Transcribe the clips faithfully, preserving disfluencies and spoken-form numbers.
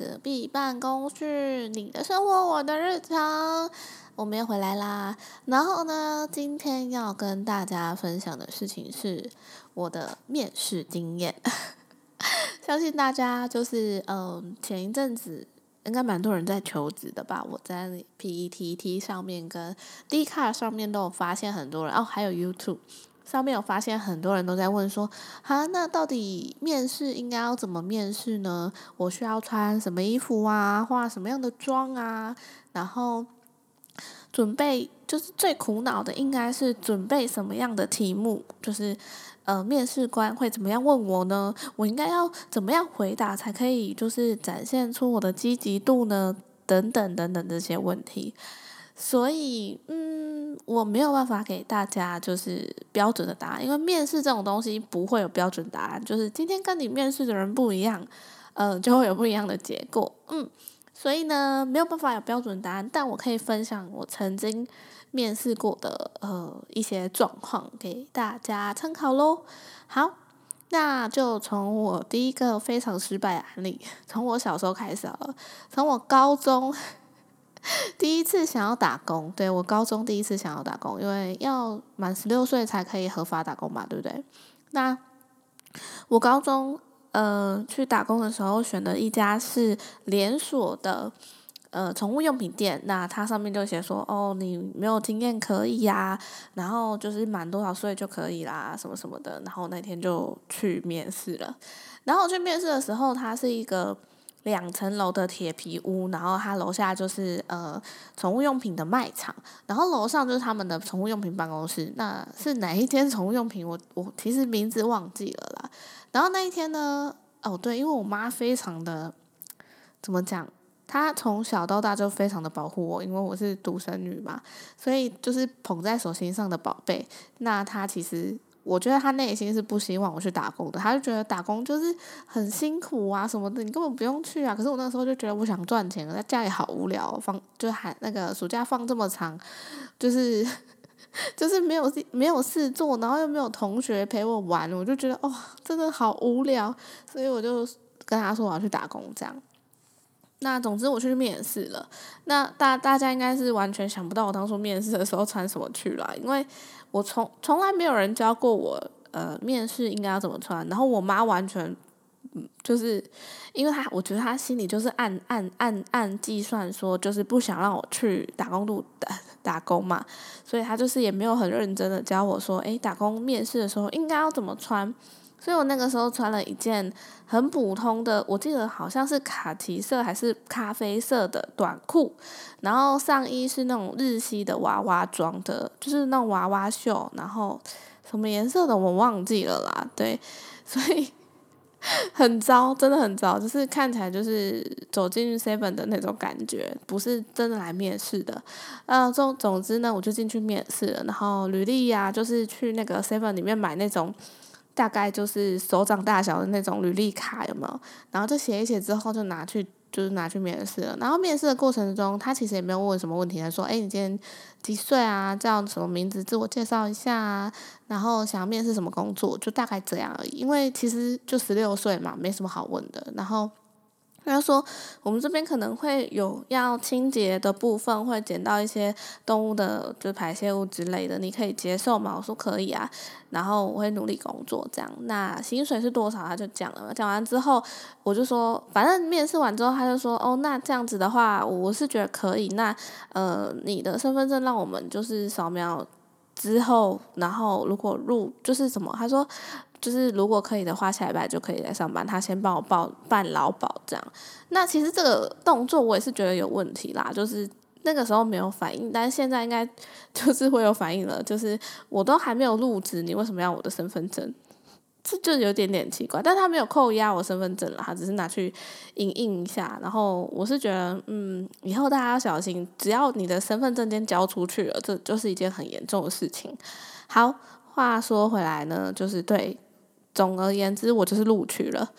隔壁办公室，你的生活，我的日常，我们又回来啦。然后呢，今天要跟大家分享的事情是我的面试经验。相信大家就是嗯，前一阵子应该蛮多人在求职的吧？我在 P T T 上面跟 Dcard 上面都有发现很多人哦，还有 YouTube。上面有发现很多人都在问说，哈，那到底面试应该要怎么面试呢？我需要穿什么衣服啊？化什么样的妆啊？然后准备就是最苦恼的应该是准备什么样的题目？就是呃，面试官会怎么样问我呢？我应该要怎么样回答才可以就是展现出我的积极度呢？等等等等这些问题。所以，嗯，我没有办法给大家就是标准的答案，因为面试这种东西不会有标准答案，就是今天跟你面试的人不一样，呃，就会有不一样的结果，嗯，所以呢，没有办法有标准答案，但我可以分享我曾经面试过的呃一些状况给大家参考咯。好，那就从我第一个非常失败的案例，从我小时候开始好了，从我高中。第一次想要打工，对，我高中第一次想要打工，因为要满十六岁才可以合法打工嘛，对不对？那我高中呃去打工的时候，选的一家是连锁的呃宠物用品店，那它上面就写说，哦，你没有经验可以呀、啊，然后就是满多少岁就可以啦，什么什么的，然后那天就去面试了。然后去面试的时候，它是一个两层楼的铁皮屋，然后它楼下就是呃宠物用品的卖场，然后楼上就是他们的宠物用品办公室。那是哪一间宠物用品？我我其实名字忘记了啦。然后那一天呢，哦对，因为我妈非常的怎么讲，她从小到大就非常的保护我，因为我是独生女嘛，所以就是捧在手心上的宝贝。那她其实。我觉得他内心是不希望我去打工的，他就觉得打工就是很辛苦啊什么的，你根本不用去啊。可是我那时候就觉得我想赚钱，在家里好无聊，放就还那个暑假放这么长，就是就是没有没有事做，然后又没有同学陪我玩，我就觉得哦真的好无聊，所以我就跟他说我要去打工这样。那总之我去面试了，那大大家应该是完全想不到我当初面试的时候穿什么去了，因为我从从来没有人教过我，呃，面试应该要怎么穿，然后我妈完全，嗯，就是因为她我觉得她心里就是暗暗暗暗计算说，就是不想让我去打工度打打工嘛，所以她就是也没有很认真的教我说，诶，打工面试的时候应该要怎么穿。所以我那个时候穿了一件很普通的，我记得好像是卡其色还是咖啡色的短裤，然后上衣是那种日系的娃娃装的，就是那种娃娃袖，然后什么颜色的我忘记了啦，对，所以很糟，真的很糟，就是看起来就是走进 seven 的那种感觉，不是真的来面试的。呃，总总之呢，我就进去面试了，然后履历呀、啊，就是去那个 seven 里面买那种。大概就是手掌大小的那种履历卡，有没有？然后就写一写之后，就拿去就是拿去面试了。然后面试的过程中，他其实也没有问什么问题，他说：“哎，你今天几岁啊？叫什么名字？自我介绍一下啊。然后想要面试什么工作？就大概这样而已。因为其实就十六岁嘛，没什么好问的。然后。”他说：“我们这边可能会有要清洁的部分，会捡到一些动物的，就是排泄物之类的，你可以接受吗？”我说：“可以啊。”然后我会努力工作，这样。那薪水是多少？他就讲了。讲完之后，我就说，反正面试完之后，他就说：“哦，那这样子的话，我是觉得可以。那呃，你的身份证让我们就是扫描之后，然后如果入就是什么？他说。”就是如果可以的话，下礼拜就可以来上班。他先帮我报办劳保这样。那其实这个动作我也是觉得有问题啦，就是那个时候没有反应，但是现在应该就是会有反应了。就是我都还没有入职，你为什么要我的身份证？这就有点点奇怪。但他没有扣押我身份证啦，他只是拿去影印一下。然后我是觉得，嗯，以后大家要小心，只要你的身份证件交出去了，这就是一件很严重的事情。好，话说回来呢，就是对。总而言之，我就是录取了。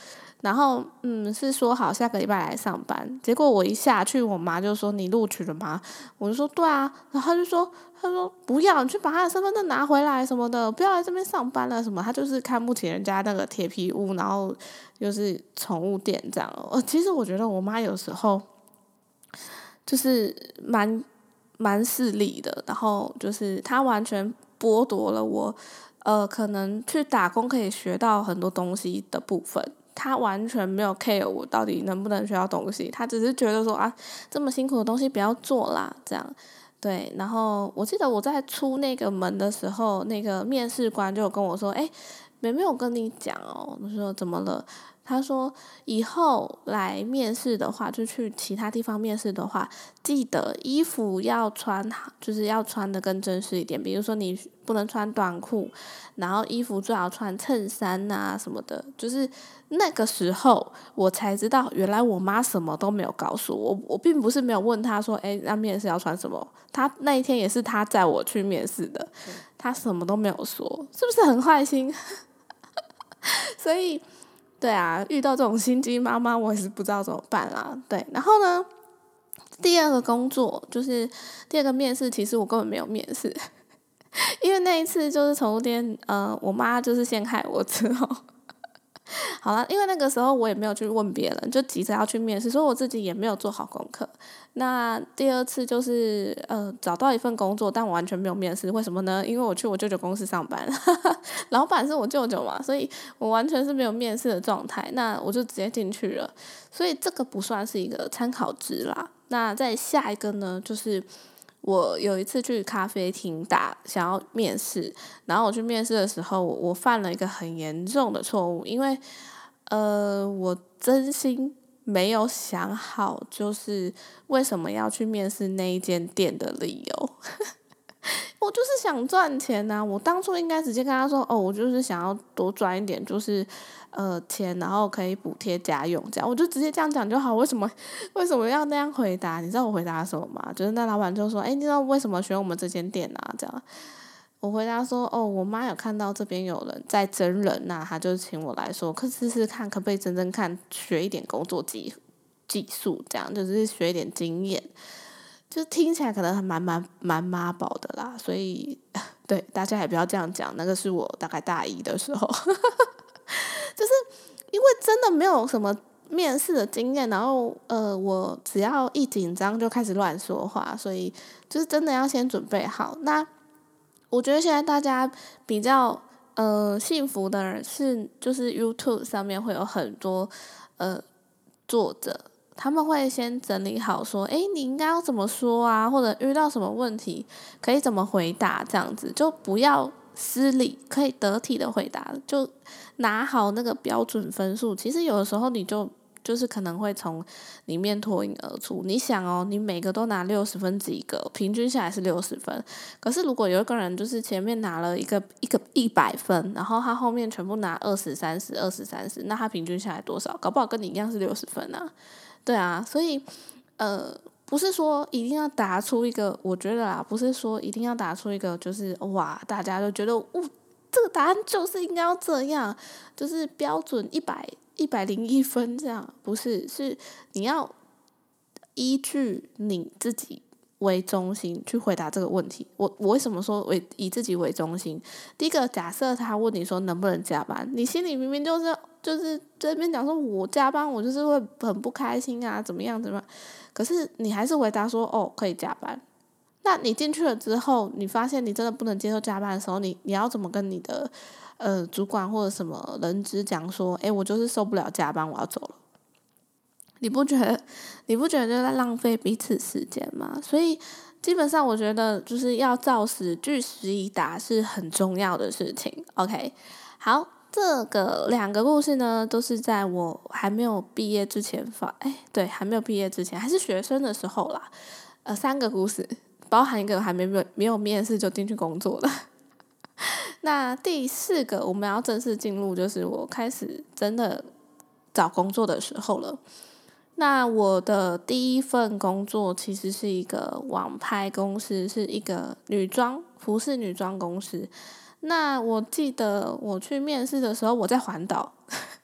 然后嗯是说好下个礼拜来上班，结果我一下去，我妈就说你录取了吗？我就说对啊，然后她就说她说不要，你去把她的身份证拿回来什么的，不要来这边上班了什么，她就是看不起人家那个铁皮屋，然后就是宠物店这样。呃，其实我觉得我妈有时候就是蛮蛮势利的，然后就是她完全剥夺了我呃可能去打工可以学到很多东西的部分。他完全没有 care 我到底能不能学到东西，他只是觉得说啊，这么辛苦的东西不要做啦，这样。对，然后我记得我在出那个门的时候，那个面试官就有跟我说，哎，没没有跟你讲哦。我说怎么了？他说以后来面试的话，就去其他地方面试的话，记得衣服要穿好，就是要穿的更正式一点。比如说你不能穿短裤，然后衣服最好穿衬衫啊什么的。就是那个时候我才知道，原来我妈什么都没有告诉我。我并不是没有问她说，哎，那面试要穿什么？她那一天也是她载我去面试的，她什么都没有说，是不是很坏心？所以。对啊，遇到这种心机妈妈，我也是不知道怎么办啦。对，然后呢，第二个工作就是第二个面试，其实我根本没有面试，因为那一次就是宠物店，呃，我妈就是陷害我之后，好了，因为那个时候我也没有去问别人，就急着要去面试，所以我自己也没有做好功课。那第二次就是呃找到一份工作，但我完全没有面试，为什么呢？因为我去我舅舅公司上班，老板是我舅舅嘛，所以我完全是没有面试的状态，那我就直接进去了，所以这个不算是一个参考值啦。那再下一个呢，就是我有一次去咖啡厅打想要面试，然后我去面试的时候，我我犯了一个很严重的错误，因为呃我真心没有想好，就是为什么要去面试那一间店的理由。我就是想赚钱呐、啊！我当初应该直接跟他说，哦，我就是想要多赚一点，就是呃钱，然后可以补贴家用，这样我就直接这样讲就好。为什么为什么要那样回答？你知道我回答什么吗？就是那老板就说，哎，你知道为什么选我们这间店啊？这样我回答说，哦，我妈有看到这边有人在真人呐、啊，她就请我来说，可试试看，可不可以真正看学一点工作技技术，这样就是学一点经验。就听起来可能还蛮蛮蛮妈宝的啦，所以对大家也不要这样讲。那个是我大概大一的时候，就是因为真的没有什么面试的经验，然后呃，我只要一紧张就开始乱说话，所以就是真的要先准备好。那我觉得现在大家比较呃幸福的人是，就是 YouTube 上面会有很多呃作者。他们会先整理好说，诶，你应该要怎么说啊，或者遇到什么问题可以怎么回答，这样子就不要失礼，可以得体的回答，就拿好那个标准分数。其实有的时候你就就是可能会从里面脱颖而出。你想哦，你每个都拿六十分及格，平均下来是六十分。可是如果有一个人就是前面拿了一个一个一百分，然后他后面全部拿二十、三十、二十、三十，那他平均下来多少？搞不好跟你一样是六十分啊。对啊，所以呃，不是说一定要答出一个，我觉得啦，不是说一定要答出一个，就是哇，大家都觉得，哦，这个答案就是应该要这样，就是标准一百一百零一分这样，不是，是你要依据你自己为中心去回答这个问题。我我为什么说为以自己为中心？第一个，假设他问你说能不能加班，你心里明明就是就是在那边讲说我加班，我就是会很不开心啊，怎么样怎么样，可是你还是回答说哦可以加班。那你进去了之后，你发现你真的不能接受加班的时候，你你要怎么跟你的呃主管或者什么人资讲说，诶，我就是受不了加班，我要走了。你不觉得你不觉得就在浪费彼此时间吗？所以基本上我觉得就是要照实据实以答是很重要的事情。OK， 好，这个两个故事呢，都是在我还没有毕业之前发，哎，对，还没有毕业之前，还是学生的时候啦。呃，三个故事，包含一个还没没有没有面试就进去工作的。那第四个我们要正式进入，就是我开始真的找工作的时候了。那我的第一份工作其实是一个网拍公司，是一个女装服饰女装公司。那我记得我去面试的时候，我在环岛，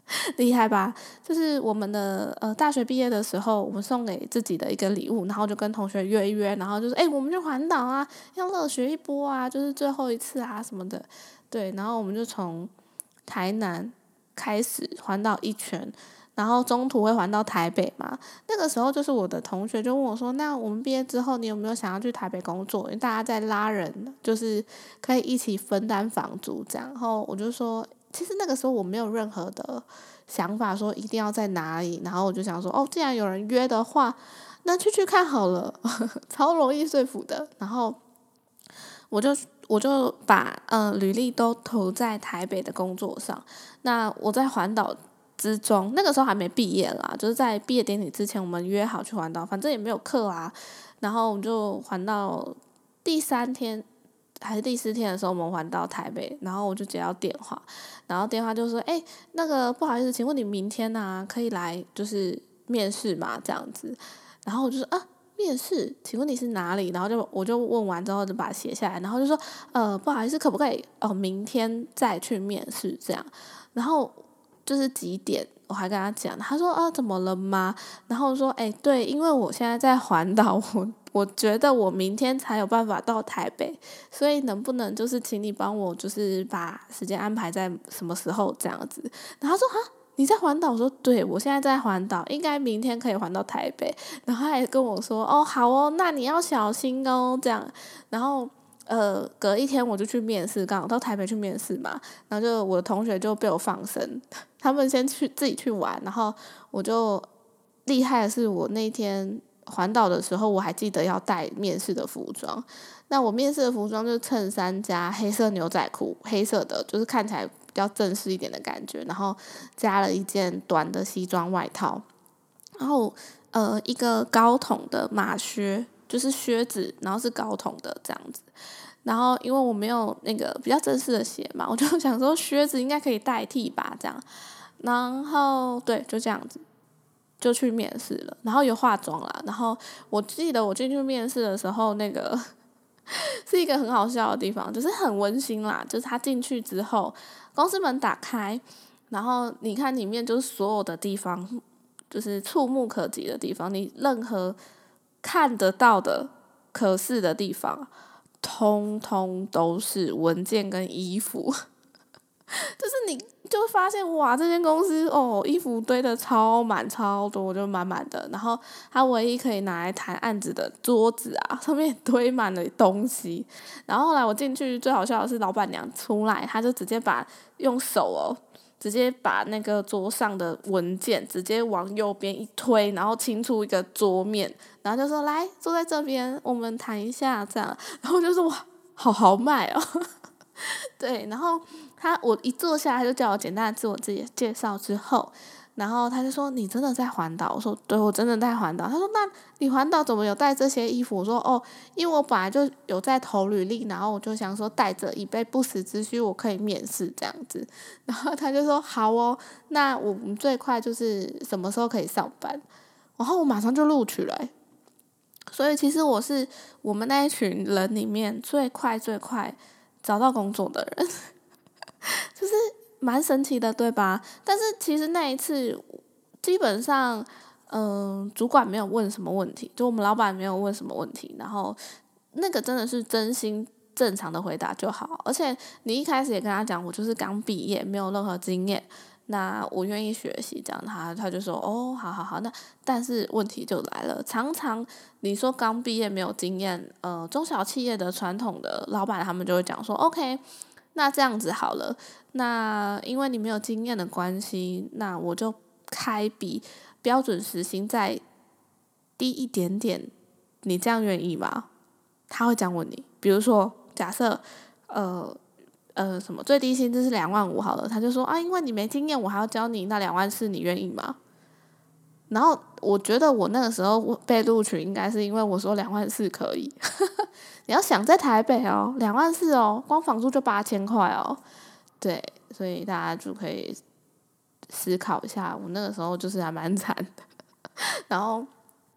厉害吧？就是我们的呃大学毕业的时候，我们送给自己的一个礼物，然后就跟同学约一约，然后就说，哎、我们去环岛啊，要热血一波啊，就是最后一次啊什么的。对，然后我们就从台南开始环岛一圈，然后中途会环到台北嘛。那个时候就是我的同学就问我说，那我们毕业之后，你有没有想要去台北工作？因为大家在拉人，就是可以一起分担房租这样。然后我就说，其实那个时候我没有任何的想法说一定要在哪里，然后我就想说，哦，既然有人约的话，那去去看好了，超容易说服的。然后我就我就把呃履历都投在台北的工作上。那我在环岛之中，那个时候还没毕业啦，就是在毕业典礼之前，我们约好去环岛，反正也没有课啊。然后我们就环到第三天还是第四天的时候，我们环到台北，然后我就接到电话，然后电话就说：“哎、那个不好意思，请问你明天啊可以来就是面试吗？这样子。”然后我就说：“啊，面试，请问你是哪里？”然后就我就问完之后就把它写下来，然后就说：“呃，不好意思，可不可以哦明天再去面试这样？”然后就是几点，我还跟他讲，他说啊怎么了吗？然后我说哎、对，因为我现在在环岛，我我觉得我明天才有办法到台北，所以能不能就是请你帮我就是把时间安排在什么时候这样子？然后他说哈。你在环岛？我说对，我现在在环岛，应该明天可以环到台北。然后他还跟我说，哦，好哦，那你要小心哦，这样。然后呃，隔一天我就去面试，刚好到台北去面试嘛。然后就我的同学就被我放生，他们先去自己去玩，然后我就厉害的是，我那天环岛的时候，我还记得要带面试的服装。那我面试的服装就是衬衫加黑色牛仔裤，黑色的，就是看起来比较正式一点的感觉，然后加了一件短的西装外套，然后呃一个高筒的马靴，就是靴子，然后是高筒的这样子。然后因为我没有那个比较正式的鞋嘛，我就想说靴子应该可以代替吧，这样。然后对，就这样子就去面试了，然后有化妆啦。然后我记得我进去面试的时候，那个是一个很好笑的地方，就是很温馨啦。就是他进去之后，公司门打开，然后你看里面就是所有的地方，就是触目可及的地方，你任何看得到的、可视的地方，通通都是文件跟衣服。就是你就会发现哇，这间公司哦，衣服堆的超满超多，就满满的。然后它唯一可以拿来谈案子的桌子啊，上面堆满了东西。然后后来我进去，最好笑的是老板娘出来，她就直接把用手哦，直接把那个桌上的文件直接往右边一推，然后清出一个桌面，然后就说来坐在这边，我们谈一下这样。然后就说哇，好豪迈哦。对，然后他我一坐下来，他就叫我简单的自我自己介绍之后，然后他就说你真的在环岛？我说对，我真的在环岛。他说那你环岛怎么有带这些衣服？我说哦，因为我本来就有在投履历，然后我就想说带着以备不时之需，我可以面试这样子。然后他就说好哦，那我们最快就是什么时候可以上班？然后我马上就录取了欸。所以其实我是我们那一群人里面最快最快找到工作的人，就是蛮神奇的，对吧？但是其实那一次基本上，嗯、呃主管没有问什么问题，就我们老板没有问什么问题，然后那个真的是真心正常的回答就好。而且你一开始也跟他讲，我就是刚毕业，没有任何经验，那我愿意学习，这样他他就说哦，好好好，那但是问题就来了，常常你说刚毕业没有经验，呃，中小企业的传统的老板他们就会讲说，OK，那这样子好了，那因为你没有经验的关系，那我就开比标准时薪再低一点点，你这样愿意吗？他会这样问你，比如说假设呃。呃，什么最低薪资是两万五好了，他就说啊，因为你没经验，我还要教你那两万四，你愿意吗？然后我觉得我那个时候被录取，应该是因为我说两万四可以。你要想在台北哦，两万四哦，光房租就八千块哦。对，所以大家就可以思考一下，我那个时候就是还蛮惨的。然后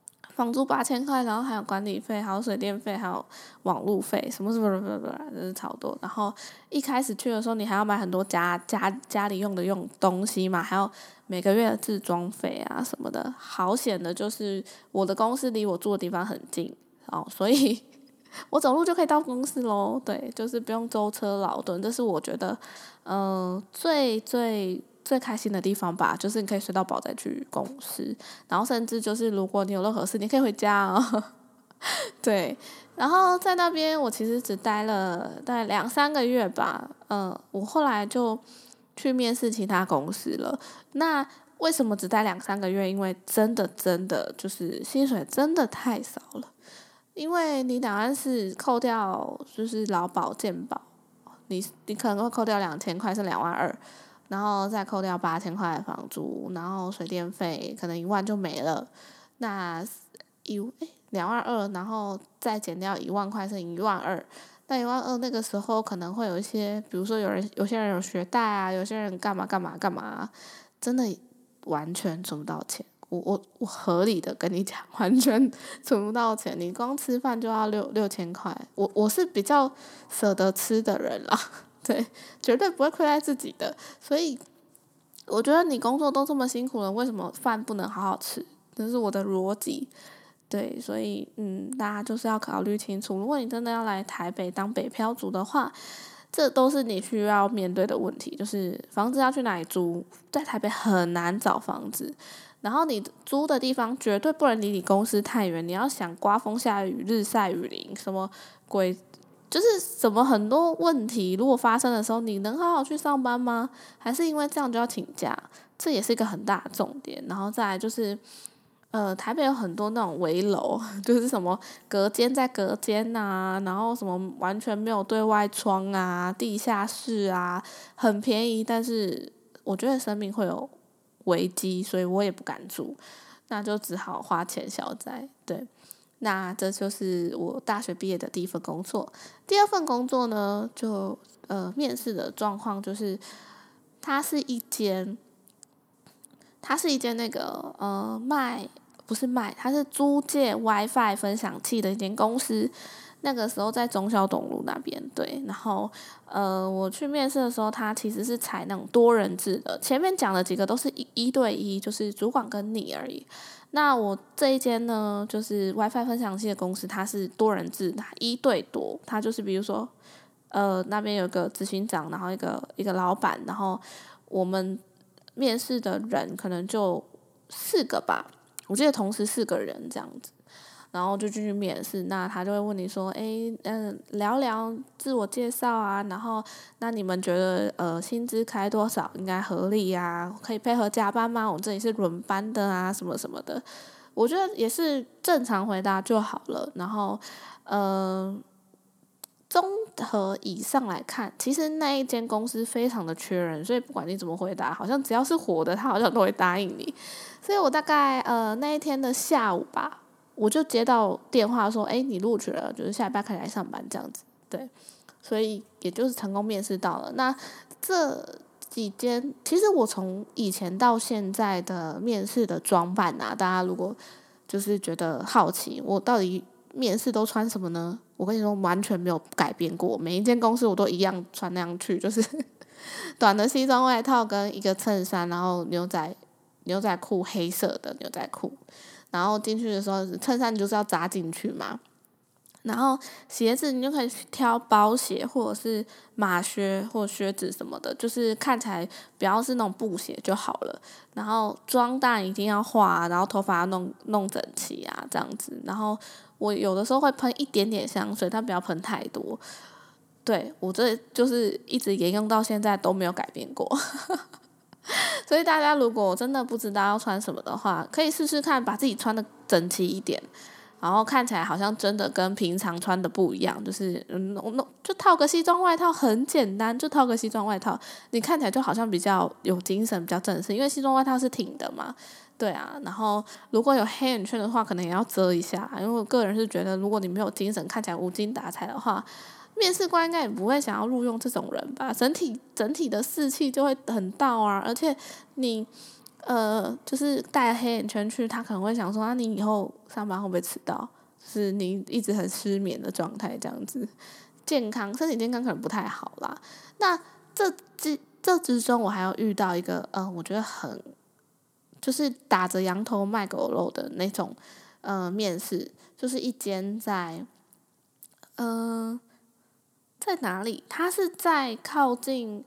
房租八千块，然后还有管理费，还有水电费，还有网路费，什么什么什么什么，真是超多。然后一开始去的时候，你还要买很多家家家里用的用东西嘛，还有每个月的自装费啊什么的。好险的就是我的公司离我住的地方很近哦，所以我走路就可以到公司咯。对，就是不用舟车劳顿，这是我觉得嗯、呃、最最。最开心的地方吧，就是你可以睡到饱再去公司，然后甚至就是如果你有任何事，你可以回家哦。对，然后在那边我其实只待了大概两三个月吧，嗯，我后来就去面试其他公司了。那为什么只待两三个月？因为真的真的就是薪水真的太少了，因为你两岸是扣掉就是劳保健保，你你可能会扣掉两千块是两万二。然后再扣掉八千块的房租，然后水电费可能一万就没了，那一诶两万二，然后再减掉一万块剩一万二，那一万二那个时候可能会有一些，比如说有人有些人有学贷啊，有些人干嘛干嘛干嘛，真的完全存不到钱。我我我合理的跟你讲，完全存不到钱，你光吃饭就要六六千块，我我是比较舍得吃的人啦。对，绝对不会亏待自己的，所以我觉得你工作都这么辛苦了，为什么饭不能好好吃？这是我的逻辑。对，所以嗯，大家就是要考虑清楚，如果你真的要来台北当北漂族的话，这都是你需要面对的问题，就是房子要去哪里租，在台北很难找房子，然后你租的地方绝对不能离你公司太远，你要想刮风下雨、日晒雨淋，什么鬼。就是什么很多问题，如果发生的时候，你能好好去上班吗？还是因为这样就要请假？这也是一个很大的重点。然后再来就是，呃，台北有很多那种危楼，就是什么隔间在隔间啊，然后什么完全没有对外窗啊，地下室啊，很便宜，但是我觉得生命会有危机，所以我也不敢住，那就只好花钱消灾，对。那这就是我大学毕业的第一份工作。第二份工作呢，就呃面试的状况就是，它是一间，它是一间那个呃卖不是卖，它是租借 WiFi 分享器的一间公司。那个时候在忠孝东路那边，对。然后呃我去面试的时候，它其实是采那种多人制的，前面讲的几个都是一一对一，就是主管跟你而已。那我这一间呢，就是 WiFi 分享器的公司，它是多人制，它一对多，它就是比如说，呃，那边有个执行长，然后一个一个老板，然后我们面试的人可能就四个吧，我记得同时四个人这样子。然后就进去面试，那他就会问你说，诶，嗯、呃，聊聊自我介绍啊，然后那你们觉得呃薪资开多少应该合理啊？可以配合加班吗？我这里是轮班的啊，什么什么的，我觉得也是正常回答就好了。然后，呃，综合以上来看，其实那一间公司非常的缺人，所以不管你怎么回答，好像只要是活的，他好像都会答应你。所以我大概呃那一天的下午吧。我就接到电话说，哎，你录取了，就是下礼拜可以来上班这样子，对，所以也就是成功面试到了。那这几间，其实我从以前到现在的面试的装扮啊，大家如果就是觉得好奇，我到底面试都穿什么呢？我跟你说，完全没有改变过，每一间公司我都一样穿那样去，就是短的西装外套跟一个衬衫，然后牛仔牛仔裤，黑色的牛仔裤。然后进去的时候，衬衫就是要扎进去嘛。然后鞋子你就可以挑包鞋或者是马靴或靴子什么的，就是看起来不要是那种布鞋就好了。然后妆当然一定要化，然后头发要弄弄整齐啊，这样子。然后我有的时候会喷一点点香水，但不要喷太多。对，我这就是一直沿用到现在都没有改变过。所以大家如果真的不知道要穿什么的话，可以试试看把自己穿的整齐一点，然后看起来好像真的跟平常穿的不一样，就是嗯，就套个西装外套，很简单，就套个西装外套，你看起来就好像比较有精神，比较正式，因为西装外套是挺的嘛，对啊。然后如果有黑眼圈的话，可能也要遮一下，因为我个人是觉得，如果你没有精神，看起来无精打采的话，面试官应该也不会想要录用这种人吧？整体整体的士气就会很到啊，而且你呃，就是戴黑眼圈去，他可能会想说啊，你以后上班会不会迟到？就是你一直很失眠的状态这样子，健康身体健康可能不太好啦。那这之这之中，我还要遇到一个呃，我觉得很就是打着羊头卖狗肉的那种呃面试，就是一间在呃在哪里？它是在靠近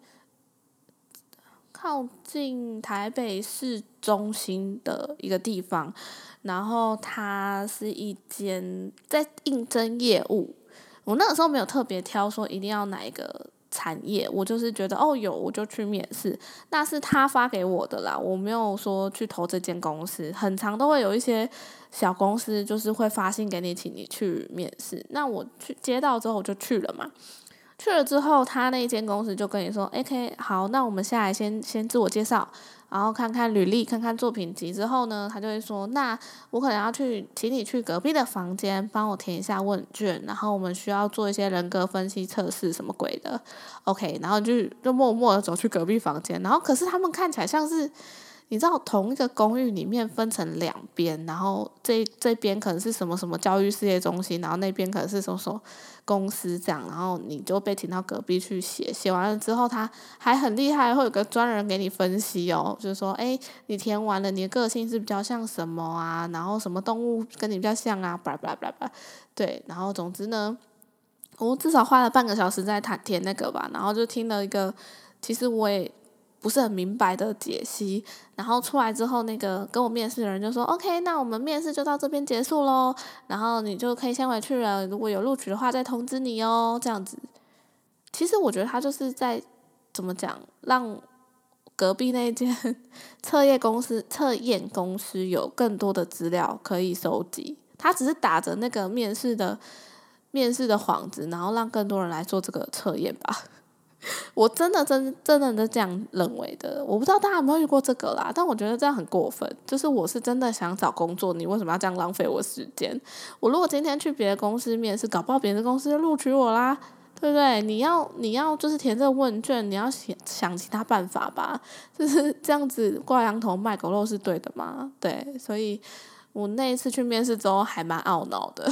靠近台北市中心的一个地方，然后它是一间在应征业务。我那个时候没有特别挑说一定要哪一个产业，我就是觉得哦有我就去面试，那是他发给我的啦，我没有说去投这间公司。很常都会有一些小公司就是会发信给你，请你去面试。那我去接到之后我就去了嘛。去了之后，他那一间公司就跟你说 ：“OK，好，那我们下来先先自我介绍，然后看看履历，看看作品集。之后呢，他就会说，那我可能要去，请你去隔壁的房间帮我填一下问卷，然后我们需要做一些人格分析测试，什么鬼的。OK，然后就就默默的走去隔壁房间，然后可是他们看起来像是。”你知道同一个公寓里面分成两边，然后这这边可能是什么什么教育事业中心，然后那边可能是什么什么公司这样，然后你就被请到隔壁去写，写完了之后他还很厉害，会有个专人给你分析哦，就是说，哎，你填完了，你的个性是比较像什么啊，然后什么动物跟你比较像啊，巴拉巴拉巴拉，对，然后总之呢，我至少花了半个小时在谈填那个吧，然后就听了一个，其实我也。不是很明白的解析，然后出来之后，那个跟我面试的人就说 ：“OK，那我们面试就到这边结束咯，然后你就可以先回去了。如果有录取的话，再通知你哦。”这样子，其实我觉得他就是在怎么讲，让隔壁那间测验公司、测验公司有更多的资料可以收集。他只是打着那个面试的面试的幌子，然后让更多人来做这个测验吧。我真的真真的是这样认为的，我不知道大家有没有遇过这个啦，但我觉得这样很过分。就是我是真的想找工作，你为什么要这样浪费我时间？我如果今天去别的公司面试，搞不好别的公司就录取我啦，对不对？你要你要就是填这个问卷，你要想想其他办法吧。就是这样子挂羊头卖狗肉是对的吗？对，所以我那一次去面试之后还蛮懊恼的。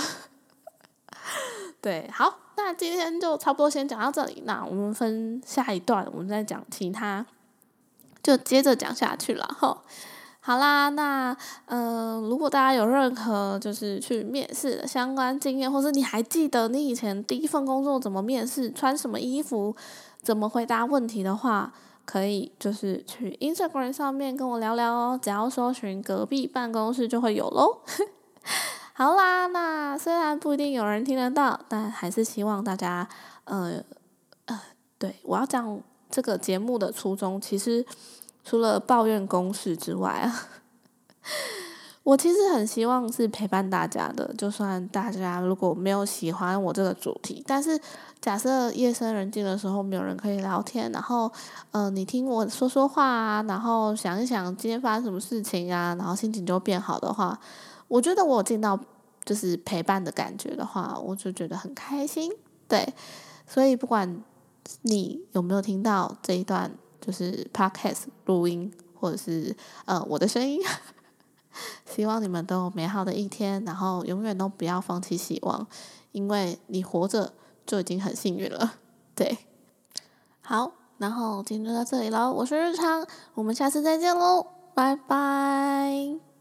对，好，那今天就差不多先讲到这里。那我们分下一段，我们再讲其他，就接着讲下去了哈。好啦，那呃，如果大家有任何就是去面试的相关经验，或是你还记得你以前第一份工作怎么面试，穿什么衣服，怎么回答问题的话，可以就是去 Instagram 上面跟我聊聊哦。只要搜寻隔壁办公室就会有咯。好啦，那虽然不一定有人听得到，但还是希望大家，呃呃，对，我要讲这个节目的初衷，其实除了抱怨公事之外啊，我其实很希望是陪伴大家的。就算大家如果没有喜欢我这个主题，但是假设夜深人静的时候没有人可以聊天，然后呃，你听我说说话啊，然后想一想今天发生什么事情啊，然后心情就变好的话。我觉得我有尽到就是陪伴的感觉的话，我就觉得很开心。对，所以不管你有没有听到这一段就是 podcast 录音，或者是呃我的声音，希望你们都有美好的一天，然后永远都不要放弃希望，因为你活着就已经很幸运了。对，好，然后今天就到这里喽，我是日常，我们下次再见喽，拜拜。